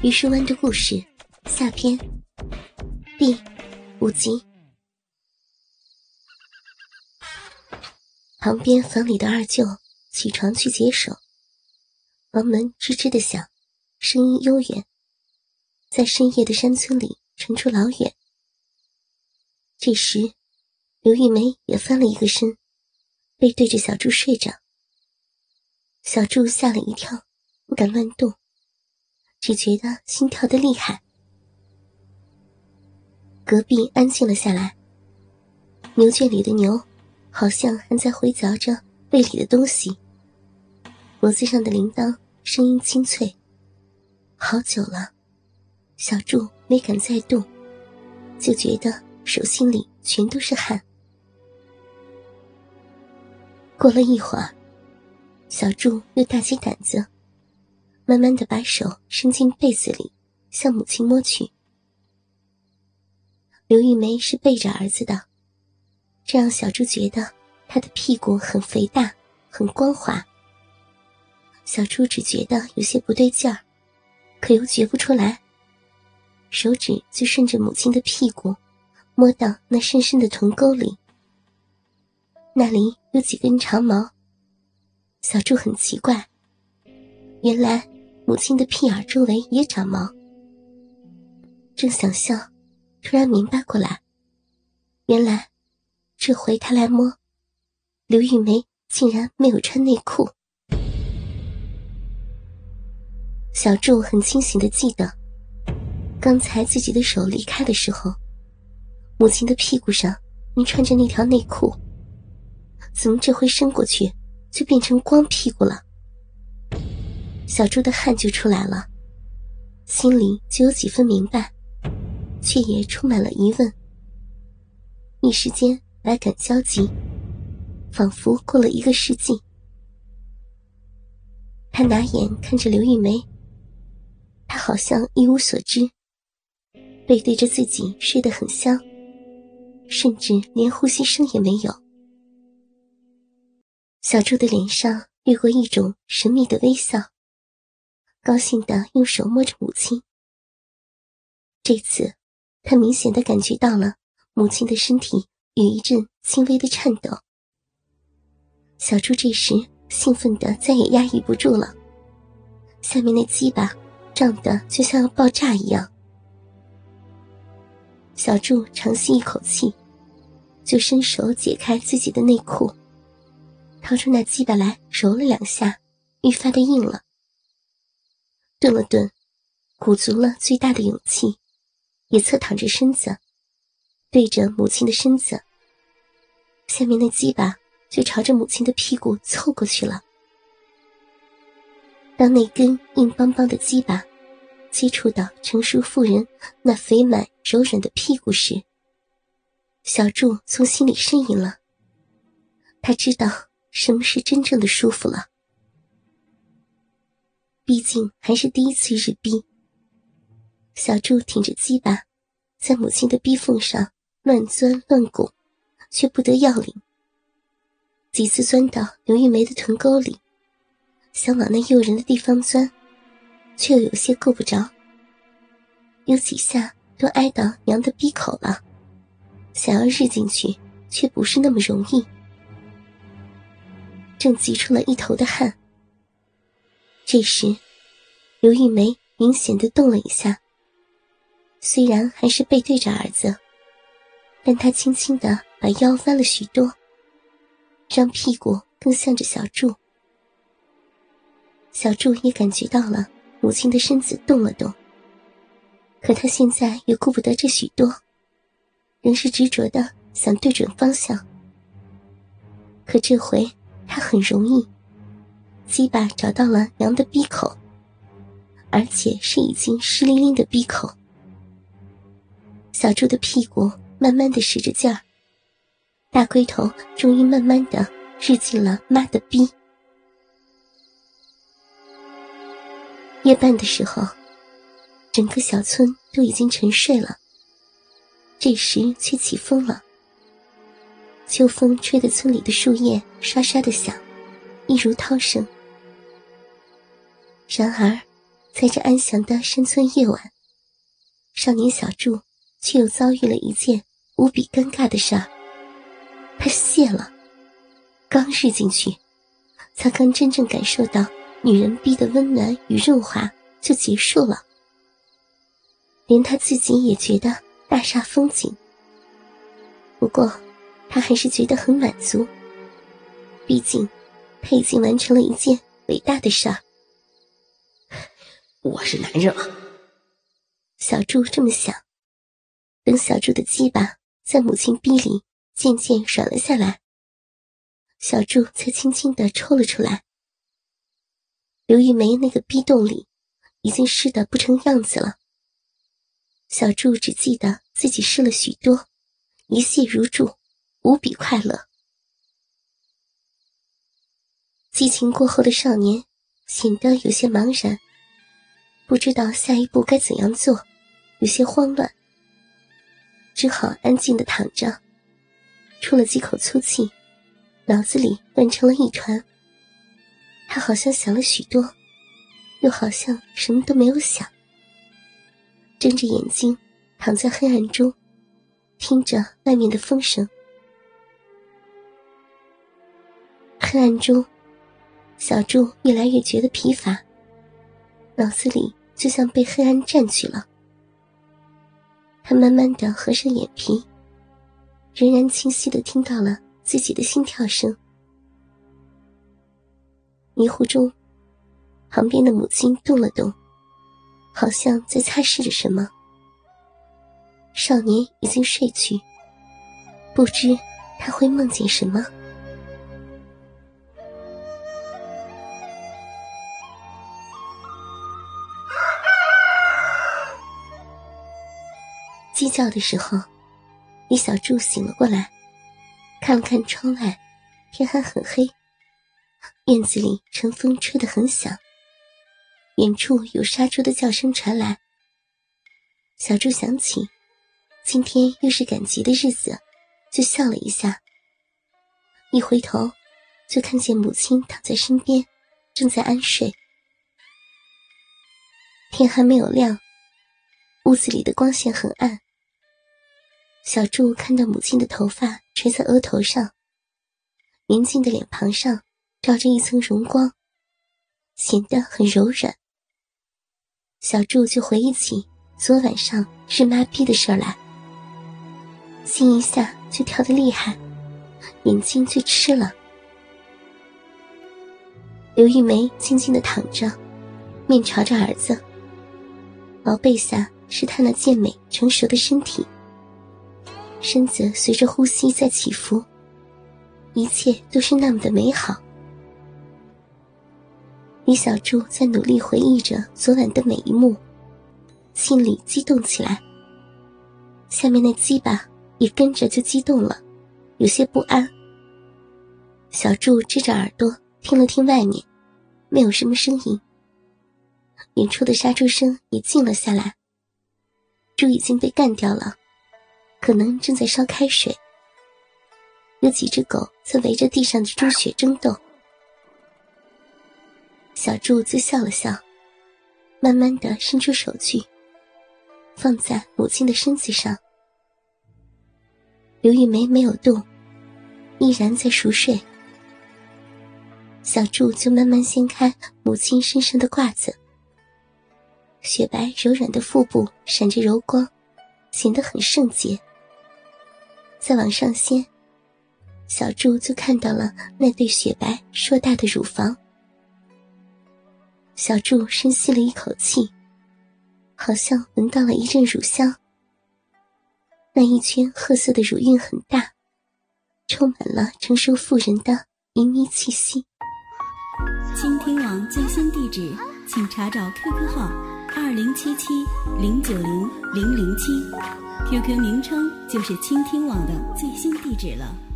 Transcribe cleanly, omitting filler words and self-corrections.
榆树湾的故事下篇第5集。旁边房里的二舅起床去解手，房门吱吱地响，声音悠远，在深夜的山村里传出老远。这时刘玉梅也翻了一个身，背对着小柱睡着。小柱吓了一跳，不敢乱动，只觉得心跳得厉害。隔壁安静了下来，牛圈里的牛好像还在回嚼着胃里的东西，脖子上的铃铛声音清脆。好久了，小柱没敢再动，就觉得手心里全都是汗。过了一会儿，小柱又大起胆子，慢慢地把手伸进被子里，向母亲摸去。刘玉梅是背着儿子的，这让小柱觉得她的屁股很肥大，很光滑。小柱只觉得有些不对劲儿，可又觉不出来，手指就顺着母亲的屁股摸到那深深的臀沟里，那里有几根长毛。小柱很奇怪，原来母亲的屁眼周围也长毛。正想笑，突然明白过来，原来这回他来摸，刘玉梅竟然没有穿内裤。小柱很清醒地记得，刚才自己的手离开的时候，母亲的屁股上没穿着那条内裤，怎么这回伸过去就变成光屁股了？小柱的汗就出来了，心里就有几分明白，却也充满了疑问。一时间百感交集，仿佛过了1个世纪。他拿眼看着刘玉梅，她好像一无所知，背对着自己睡得很香，甚至连呼吸声也没有。小柱的脸上掠过一种神秘的微笑，高兴地用手摸着母亲。这次他明显地感觉到了母亲的身体有一阵轻微的颤抖。小柱这时兴奋得再也压抑不住了，下面那鸡巴胀得就像要爆炸一样。小柱长吸一口气，就伸手解开自己的内裤，掏出那鸡巴来揉了2下，愈发的硬了。顿了顿，鼓足了最大的勇气，也侧躺着身子，对着母亲的身子，下面那鸡巴就朝着母亲的屁股凑过去了。当那根硬邦邦的鸡巴接触到成熟妇人那肥满柔软的屁股时，小柱从心里呻吟了。他知道什么是真正的舒服了。毕竟还是第一次日逼，小柱挺着鸡巴，在母亲的逼缝上乱钻乱拱，却不得要领。几次钻到刘玉梅的臀沟里，想往那诱人的地方钻，却又有些够不着。有几下都挨到娘的逼口了，想要日进去却不是那么容易。正急出了一头的汗，这时刘玉梅明显地动了一下，虽然还是背对着儿子，但她轻轻地把腰弯了许多，让屁股更向着小柱。小柱也感觉到了母亲的身子动了动，可他现在也顾不得这许多，仍是执着地想对准方向。可这回他很容易，鸡巴找到了娘的逼口，而且是已经湿淋淋的逼口。小柱的屁股慢慢地使着劲儿，大龟头终于慢慢地日进了妈的逼。夜半的时候，整个小村都已经沉睡了，这时却起风了。秋风吹得村里的树叶刷刷地响，一如涛声。然而在这安详的山村夜晚，少年小柱却又遭遇了一件无比尴尬的事儿。他泄了，刚日进去，才刚真正感受到女人逼的温暖与润滑就结束了。连他自己也觉得大煞风景。不过他还是觉得很满足，毕竟他已经完成了一件伟大的事儿。 我是男人了。 小柱这么想。等小柱的鸡巴在母亲逼里渐渐软了下来，小柱才轻轻地抽了出来。刘玉梅那个逼洞里已经湿得不成样子了。小柱只记得自己湿了许多，一泻如注，无比快乐。激情过后的少年显得有些茫然，不知道下一步该怎样做，有些慌乱，只好安静地躺着，出了几口粗气，脑子里乱成了一团。他好像想了许多，又好像什么都没有想，睁着眼睛躺在黑暗中，听着外面的风声。黑暗中，小柱越来越觉得疲乏，脑子里就像被黑暗占据了。他慢慢地合上眼皮，仍然清晰地听到了自己的心跳声。迷糊中，旁边的母亲动了动，好像在擦拭着什么。少年已经睡去，不知他会梦见什么。鸡叫的时候，李小柱醒了过来，看了看窗外，天还很黑，院子里晨风吹得很响，远处有杀猪的叫声传来。小柱想起今天又是赶集的日子，就笑了一下。一回头就看见母亲躺在身边，正在安睡。天还没有亮，屋子里的光线很暗。小柱看到母亲的头发垂在额头上，年轻的脸庞上罩着一层荣光，显得很柔软。小柱就回忆起昨晚上日妈逼的事儿来，心一下就跳得厉害，眼睛就吃了。刘玉梅静静地躺着，面朝着儿子，薄被下是她那健美成熟的身体，身子随着呼吸在起伏，一切都是那么的美好。李小柱在努力回忆着昨晚的每一幕，心里激动起来。下面那鸡巴也跟着就激动了，有些不安。小柱支着耳朵听了听外面，没有什么声音。远处的杀猪声也静了下来，猪已经被干掉了，可能正在烧开水。有几只狗在围着地上的猪血争斗。小柱就笑了笑，慢慢地伸出手去，放在母亲的身子上。刘玉梅没有动，依然在熟睡。小柱就慢慢掀开母亲身上的褂子，雪白柔软的腹部闪着柔光，显得很圣洁。再往上掀，小柱就看到了那对雪白硕大的乳房。小柱深吸了一口气，好像闻到了一阵乳香。那一圈褐色的乳晕很大，充满了成熟妇人的旖旎气息。 倾听网最新地址，请查找 QQ 号2077090007，QQ 名称就是倾听网的最新地址了。